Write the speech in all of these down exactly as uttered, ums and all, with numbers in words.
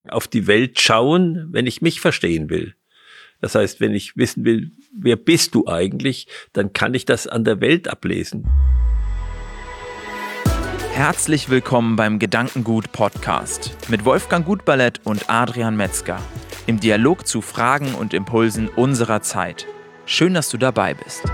auf die Welt schauen, wenn ich mich verstehen will. Das heißt, wenn ich wissen will, wer bist du eigentlich, dann kann ich das an der Welt ablesen. Herzlich willkommen beim Gedankengut-Podcast mit Wolfgang Gutballett und Adrian Metzger im Dialog zu Fragen und Impulsen unserer Zeit. Schön, dass du dabei bist.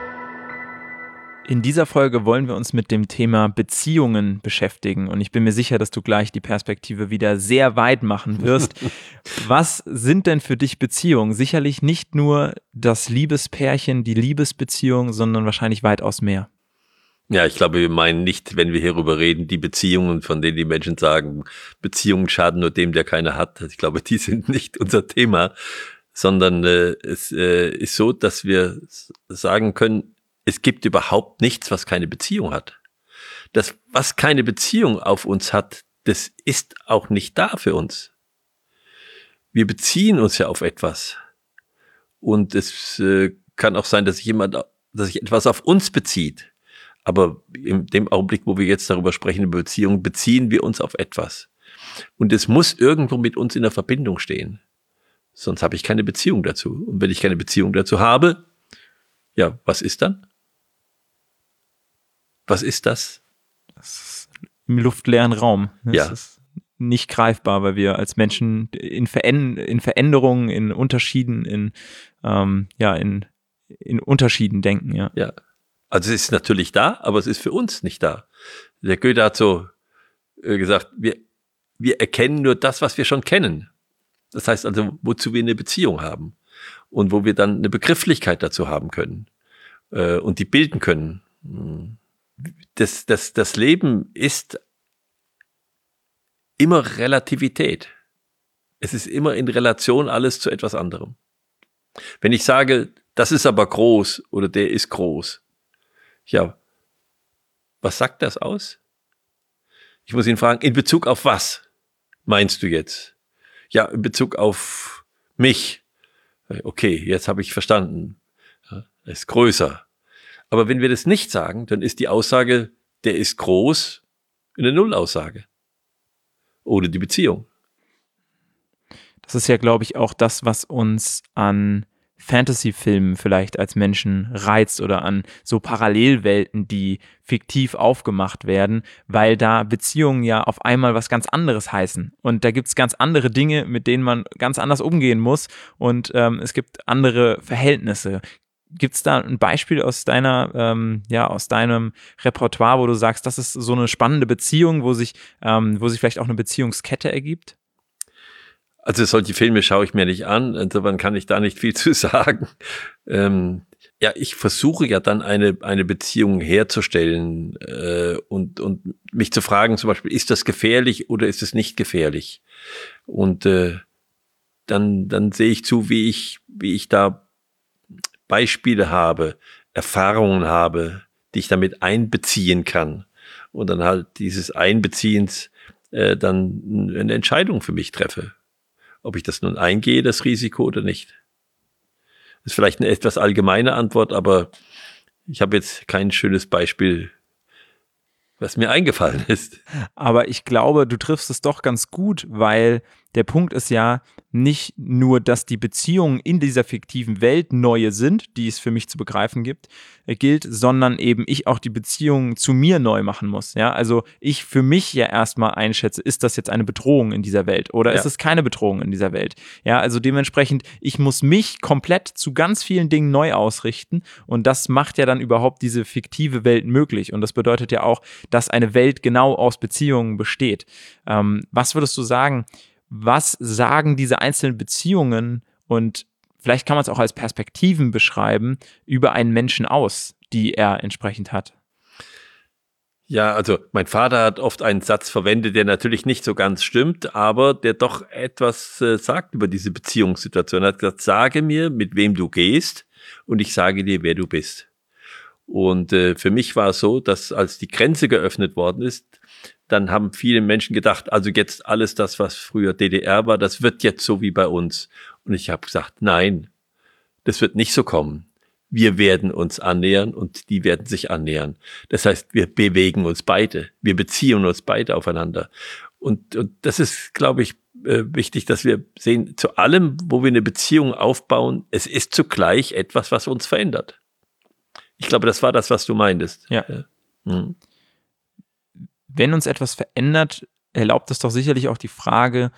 In dieser Folge wollen wir uns mit dem Thema Beziehungen beschäftigen und ich bin mir sicher, dass du gleich die Perspektive wieder sehr weit machen wirst. Was sind denn für dich Beziehungen? Sicherlich nicht nur das Liebespärchen, die Liebesbeziehung, sondern wahrscheinlich weitaus mehr. Ja, ich glaube, wir meinen nicht, wenn wir hierüber reden, die Beziehungen, von denen die Menschen sagen, Beziehungen schaden nur dem, der keine hat. Ich glaube, die sind nicht unser Thema, sondern äh, es äh, ist so, dass wir sagen können, es gibt überhaupt nichts, was keine Beziehung hat. Das, was keine Beziehung auf uns hat, das ist auch nicht da für uns. Wir beziehen uns ja auf etwas. Und es äh, kann auch sein, dass sich jemand, dass sich etwas auf uns bezieht. Aber in dem Augenblick, wo wir jetzt darüber sprechen, über Beziehungen, beziehen wir uns auf etwas. Und es muss irgendwo mit uns in der Verbindung stehen. Sonst habe ich keine Beziehung dazu. Und wenn ich keine Beziehung dazu habe, ja, was ist dann? Was ist das? Das ist im luftleeren Raum. Das ja. ist nicht greifbar, weil wir als Menschen in, Veränd- in Veränderungen, in Unterschieden, in, ähm, ja, in, in Unterschieden denken. Ja. Ja. Also es ist natürlich da, aber es ist für uns nicht da. Der Goethe hat so äh, gesagt, wir, wir erkennen nur das, was wir schon kennen. Das heißt also, wozu wir eine Beziehung haben und wo wir dann eine Begrifflichkeit dazu haben können äh, und die bilden können. Das, das, das Leben ist immer Relativität. Es ist immer in Relation alles zu etwas anderem. Wenn ich sage, das ist aber groß oder der ist groß, ja, was sagt das aus? Ich muss ihn fragen, in Bezug auf was meinst du jetzt? Ja, in Bezug auf mich. Okay, jetzt habe ich verstanden. Ja, er ist größer. Aber wenn wir das nicht sagen, dann ist die Aussage, der ist groß, eine Nullaussage. Oder die Beziehung. Das ist ja, glaube ich, auch das, was uns an Fantasy-Filmen vielleicht als Menschen reizt oder an so Parallelwelten, die fiktiv aufgemacht werden, weil da Beziehungen ja auf einmal was ganz anderes heißen. Und da gibt es ganz andere Dinge, mit denen man ganz anders umgehen muss und ähm, es gibt andere Verhältnisse. Gibt es da ein Beispiel aus deiner, ähm, ja, aus deinem Repertoire, wo du sagst, das ist so eine spannende Beziehung, wo sich, ähm, wo sich vielleicht auch eine Beziehungskette ergibt? Also solche Filme schaue ich mir nicht an, insofern kann ich da nicht viel zu sagen. Ähm, ja, ich versuche ja dann eine eine Beziehung herzustellen äh, und und mich zu fragen, zum Beispiel, ist das gefährlich oder ist es nicht gefährlich? Und äh, dann dann sehe ich zu, wie ich wie ich da Beispiele habe, Erfahrungen habe, die ich damit einbeziehen kann und dann halt dieses Einbeziehens äh, dann eine Entscheidung für mich treffe. Ob ich das nun eingehe, das Risiko oder nicht. Das ist vielleicht eine etwas allgemeine Antwort, aber ich habe jetzt kein schönes Beispiel, was mir eingefallen ist. Aber ich glaube, du triffst es doch ganz gut, weil der Punkt ist ja nicht nur, dass die Beziehungen in dieser fiktiven Welt neue sind, die es für mich zu begreifen gibt, äh, gilt, sondern eben ich auch die Beziehungen zu mir neu machen muss. Ja? Also ich für mich ja erstmal einschätze, ist das jetzt eine Bedrohung in dieser Welt oder ja. ist es keine Bedrohung in dieser Welt? Ja, also dementsprechend, ich muss mich komplett zu ganz vielen Dingen neu ausrichten und das macht ja dann überhaupt diese fiktive Welt möglich und das bedeutet ja auch, dass eine Welt genau aus Beziehungen besteht. Ähm, was würdest du sagen, was sagen diese einzelnen Beziehungen und vielleicht kann man es auch als Perspektiven beschreiben, über einen Menschen aus, die er entsprechend hat? Ja, also mein Vater hat oft einen Satz verwendet, der natürlich nicht so ganz stimmt, aber der doch etwas äh, sagt über diese Beziehungssituation. Er hat gesagt, sage mir, mit wem du gehst und ich sage dir, wer du bist. Und äh, für mich war es so, dass als die Grenze geöffnet worden ist, dann haben viele Menschen gedacht, also jetzt alles das, was früher D D R war, das wird jetzt so wie bei uns. Und ich habe gesagt, nein, das wird nicht so kommen. Wir werden uns annähern und die werden sich annähern. Das heißt, wir bewegen uns beide. Wir beziehen uns beide aufeinander. Und, und das ist, glaube ich, äh, wichtig, dass wir sehen, zu allem, wo wir eine Beziehung aufbauen, es ist zugleich etwas, was uns verändert. Ich glaube, das war das, was du meintest. Ja. Ja. Mhm. Wenn uns etwas verändert, erlaubt es doch sicherlich auch die Frage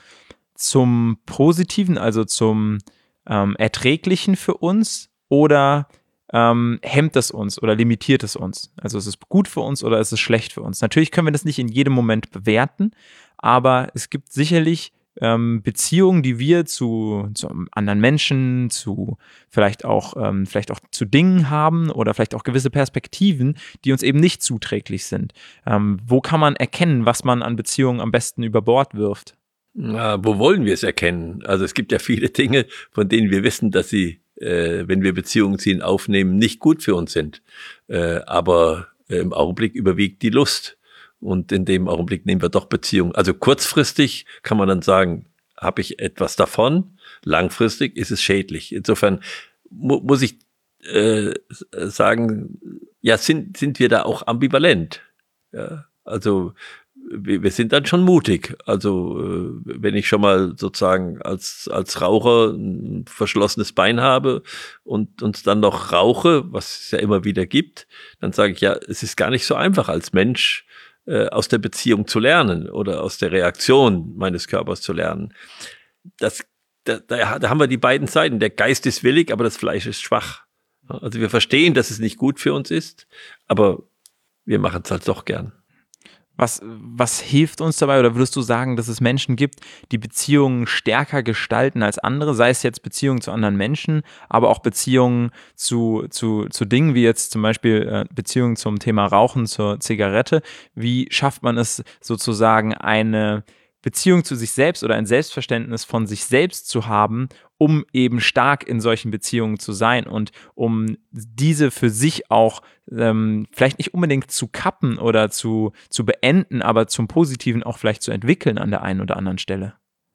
zum Positiven, also zum ähm, Erträglichen für uns, oder ähm, hemmt es uns oder limitiert es uns? Also ist es gut für uns oder ist es schlecht für uns? Natürlich können wir das nicht in jedem Moment bewerten, aber es gibt sicherlich ähm, Beziehungen, die wir zu, zu anderen Menschen, zu vielleicht auch, ähm, vielleicht auch zu Dingen haben oder vielleicht auch gewisse Perspektiven, die uns eben nicht zuträglich sind. Ähm, wo kann man erkennen, was man an Beziehungen am besten über Bord wirft? Na, wo wollen wir es erkennen? Also es gibt ja viele Dinge, von denen wir wissen, dass sie, äh, wenn wir Beziehungen ziehen, aufnehmen, nicht gut für uns sind. Äh, aber äh, im Augenblick überwiegt die Lust. Und in dem Augenblick nehmen wir doch Beziehungen. Also kurzfristig kann man dann sagen, habe ich etwas davon. Langfristig ist es schädlich. Insofern mu- muss ich äh, sagen, ja, sind, sind wir da auch ambivalent. Ja, also wir, wir sind dann schon mutig. Also äh, wenn ich schon mal sozusagen als, als Raucher ein verschlossenes Bein habe und, und dann noch rauche, was es ja immer wieder gibt, dann sage ich ja, es ist gar nicht so einfach als Mensch, aus der Beziehung zu lernen oder aus der Reaktion meines Körpers zu lernen. Das, da, da haben wir die beiden Seiten. Der Geist ist willig, aber das Fleisch ist schwach. Also wir verstehen, dass es nicht gut für uns ist, aber wir machen es halt doch gern. Was, was hilft uns dabei, oder würdest du sagen, dass es Menschen gibt, die Beziehungen stärker gestalten als andere, sei es jetzt Beziehungen zu anderen Menschen, aber auch Beziehungen zu, zu, zu Dingen wie jetzt zum Beispiel äh, Beziehungen zum Thema Rauchen, zur Zigarette? Wie schafft man es sozusagen, eine Beziehung zu sich selbst oder ein Selbstverständnis von sich selbst zu haben, um eben stark in solchen Beziehungen zu sein und um diese für sich auch ähm, vielleicht nicht unbedingt zu kappen oder zu, zu beenden, aber zum Positiven auch vielleicht zu entwickeln an der einen oder anderen Stelle?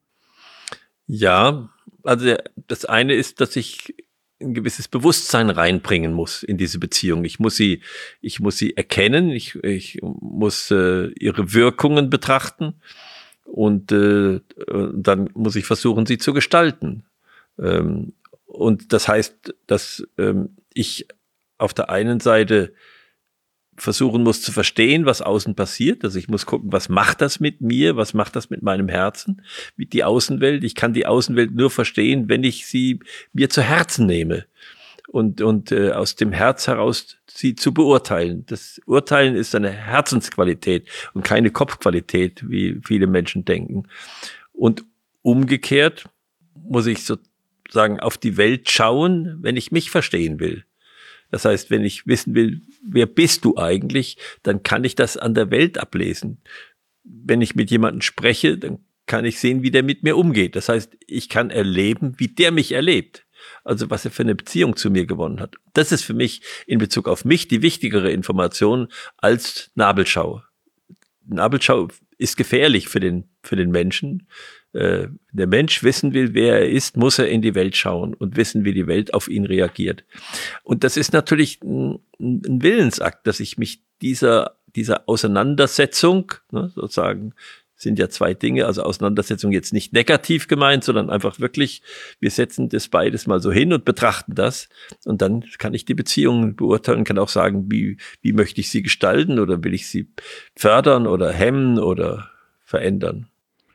Ja, also das eine ist, dass ich ein gewisses Bewusstsein reinbringen muss in diese Beziehung. Ich muss sie, ich muss sie erkennen, ich, ich muss äh, ihre Wirkungen betrachten. Und äh, dann muss ich versuchen, sie zu gestalten. Ähm, und das heißt, dass ähm, ich auf der einen Seite versuchen muss zu verstehen, was außen passiert. Also ich muss gucken, was macht das mit mir, was macht das mit meinem Herzen, mit die Außenwelt. Ich kann die Außenwelt nur verstehen, wenn ich sie mir zu Herzen nehme. Und, und äh, aus dem Herz heraus sie zu beurteilen. Das Urteilen ist eine Herzensqualität und keine Kopfqualität, wie viele Menschen denken. Und umgekehrt muss ich sozusagen auf die Welt schauen, wenn ich mich verstehen will. Das heißt, wenn ich wissen will, wer bist du eigentlich, dann kann ich das an der Welt ablesen. Wenn ich mit jemandem spreche, dann kann ich sehen, wie der mit mir umgeht. Das heißt, ich kann erleben, wie der mich erlebt. Also was er für eine Beziehung zu mir gewonnen hat. Das ist für mich in Bezug auf mich die wichtigere Information als Nabelschau. Nabelschau ist gefährlich für den, für den Menschen. Äh, der Mensch wissen will, wer er ist, muss er in die Welt schauen und wissen, wie die Welt auf ihn reagiert. Und das ist natürlich ein, ein Willensakt, dass ich mich dieser, dieser Auseinandersetzung, ne, sozusagen, sind ja zwei Dinge, also Auseinandersetzung jetzt nicht negativ gemeint, sondern einfach wirklich, wir setzen das beides mal so hin und betrachten das und dann kann ich die Beziehungen beurteilen, kann auch sagen, wie, wie möchte ich sie gestalten oder will ich sie fördern oder hemmen oder verändern.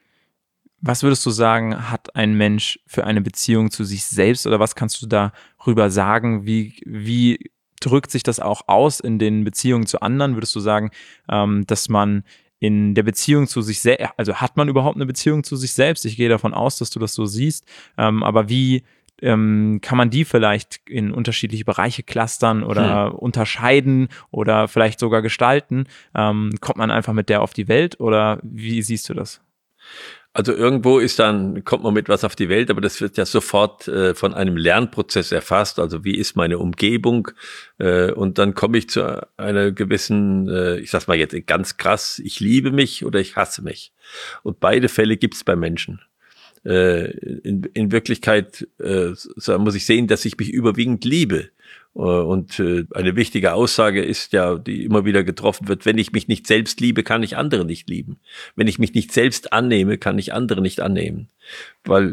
Was würdest du sagen, hat ein Mensch für eine Beziehung zu sich selbst, oder was kannst du darüber sagen, wie, wie drückt sich das auch aus in den Beziehungen zu anderen? Würdest du sagen, ähm, dass man in der Beziehung zu sich selbst, also hat man überhaupt eine Beziehung zu sich selbst? Ich gehe davon aus, dass du das so siehst, ähm, aber wie ähm, kann man die vielleicht in unterschiedliche Bereiche clustern oder hm. unterscheiden oder vielleicht sogar gestalten? Ähm, kommt man einfach mit der auf die Welt oder wie siehst du das? Also irgendwo ist dann, kommt man mit was auf die Welt, aber das wird ja sofort äh, von einem Lernprozess erfasst. Also wie ist meine Umgebung? Äh, und dann komme ich zu einer gewissen, äh, ich sag's mal jetzt ganz krass, ich liebe mich oder ich hasse mich. Und beide Fälle gibt's bei Menschen. Äh, in, in Wirklichkeit äh, so muss ich sehen, dass ich mich überwiegend liebe. Und eine wichtige Aussage ist ja, die immer wieder getroffen wird, wenn ich mich nicht selbst liebe, kann ich andere nicht lieben. Wenn ich mich nicht selbst annehme, kann ich andere nicht annehmen. Weil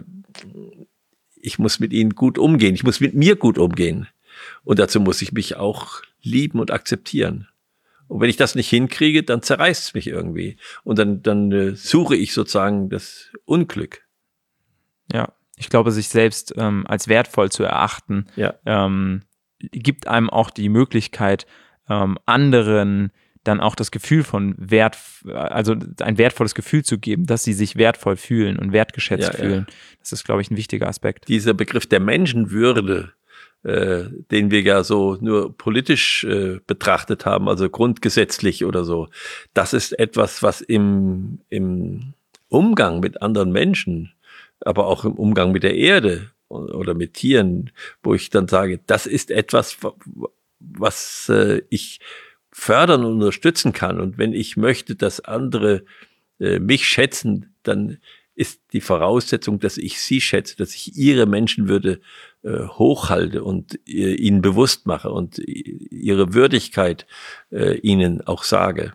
ich muss mit ihnen gut umgehen, ich muss mit mir gut umgehen. Und dazu muss ich mich auch lieben und akzeptieren. Und wenn ich das nicht hinkriege, dann zerreißt es mich irgendwie. Und dann, dann äh, suche ich sozusagen das Unglück. Ja, ich glaube, sich selbst ähm, als wertvoll zu erachten, ja. ähm, gibt einem auch die Möglichkeit, ähm, anderen dann auch das Gefühl von Wert, also ein wertvolles Gefühl zu geben, dass sie sich wertvoll fühlen und wertgeschätzt ja, fühlen. Ja. Das ist, glaube ich, ein wichtiger Aspekt. Dieser Begriff der Menschenwürde, äh, den wir ja so nur politisch äh, betrachtet haben, also grundgesetzlich oder so, das ist etwas, was im, im Umgang mit anderen Menschen, aber auch im Umgang mit der Erde oder mit Tieren, wo ich dann sage, das ist etwas, was äh, ich fördern und unterstützen kann. Und wenn ich möchte, dass andere äh, mich schätzen, dann ist die Voraussetzung, dass ich sie schätze, dass ich ihre Menschenwürde äh, hochhalte und äh, ihnen bewusst mache und ihre Würdigkeit äh, ihnen auch sage.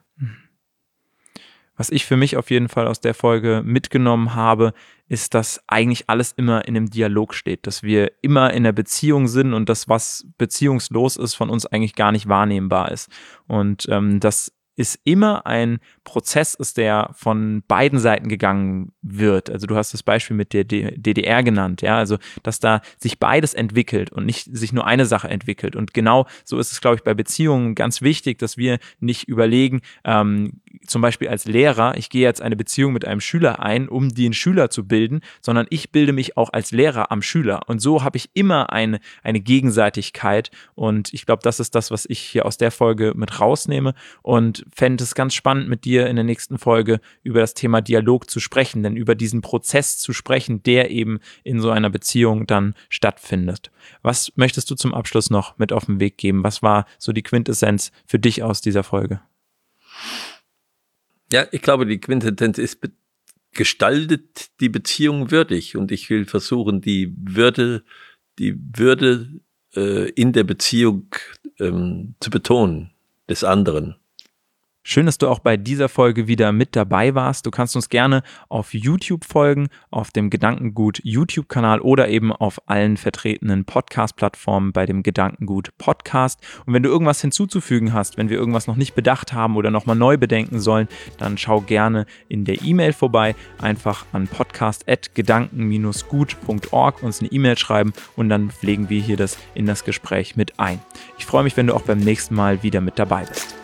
Was ich für mich auf jeden Fall aus der Folge mitgenommen habe, ist, dass eigentlich alles immer in einem Dialog steht, dass wir immer in der Beziehung sind und das, was beziehungslos ist, von uns eigentlich gar nicht wahrnehmbar ist. Und ähm, das ist immer ein Prozess ist, der von beiden Seiten gegangen wird. Also du hast das Beispiel mit der D D R genannt, ja, also dass da sich beides entwickelt und nicht sich nur eine Sache entwickelt. Und genau so ist es, glaube ich, bei Beziehungen ganz wichtig, dass wir nicht überlegen, ähm, zum Beispiel als Lehrer, ich gehe jetzt eine Beziehung mit einem Schüler ein, um den Schüler zu bilden, sondern ich bilde mich auch als Lehrer am Schüler. Und so habe ich immer eine, eine Gegenseitigkeit. Und ich glaube, das ist das, was ich hier aus der Folge mit rausnehme und fände es ganz spannend, mit dir in der nächsten Folge über das Thema Dialog zu sprechen, denn über diesen Prozess zu sprechen, der eben in so einer Beziehung dann stattfindet. Was möchtest du zum Abschluss noch mit auf den Weg geben? Was war so die Quintessenz für dich aus dieser Folge? Ja, ich glaube, die Quintessenz ist, gestaltet die Beziehung würdig. Und ich will versuchen, die Würde, die Würde äh, in der Beziehung ähm, zu betonen, des anderen. Schön, dass du auch bei dieser Folge wieder mit dabei warst. Du kannst uns gerne auf YouTube folgen, auf dem Gedankengut YouTube-Kanal oder eben auf allen vertretenen Podcast-Plattformen bei dem Gedankengut Podcast. Und wenn du irgendwas hinzuzufügen hast, wenn wir irgendwas noch nicht bedacht haben oder nochmal neu bedenken sollen, dann schau gerne in der E-Mail vorbei. Einfach an podcast at gedanken dash gut punkt org uns eine E-Mail schreiben und dann pflegen wir hier das in das Gespräch mit ein. Ich freue mich, wenn du auch beim nächsten Mal wieder mit dabei bist.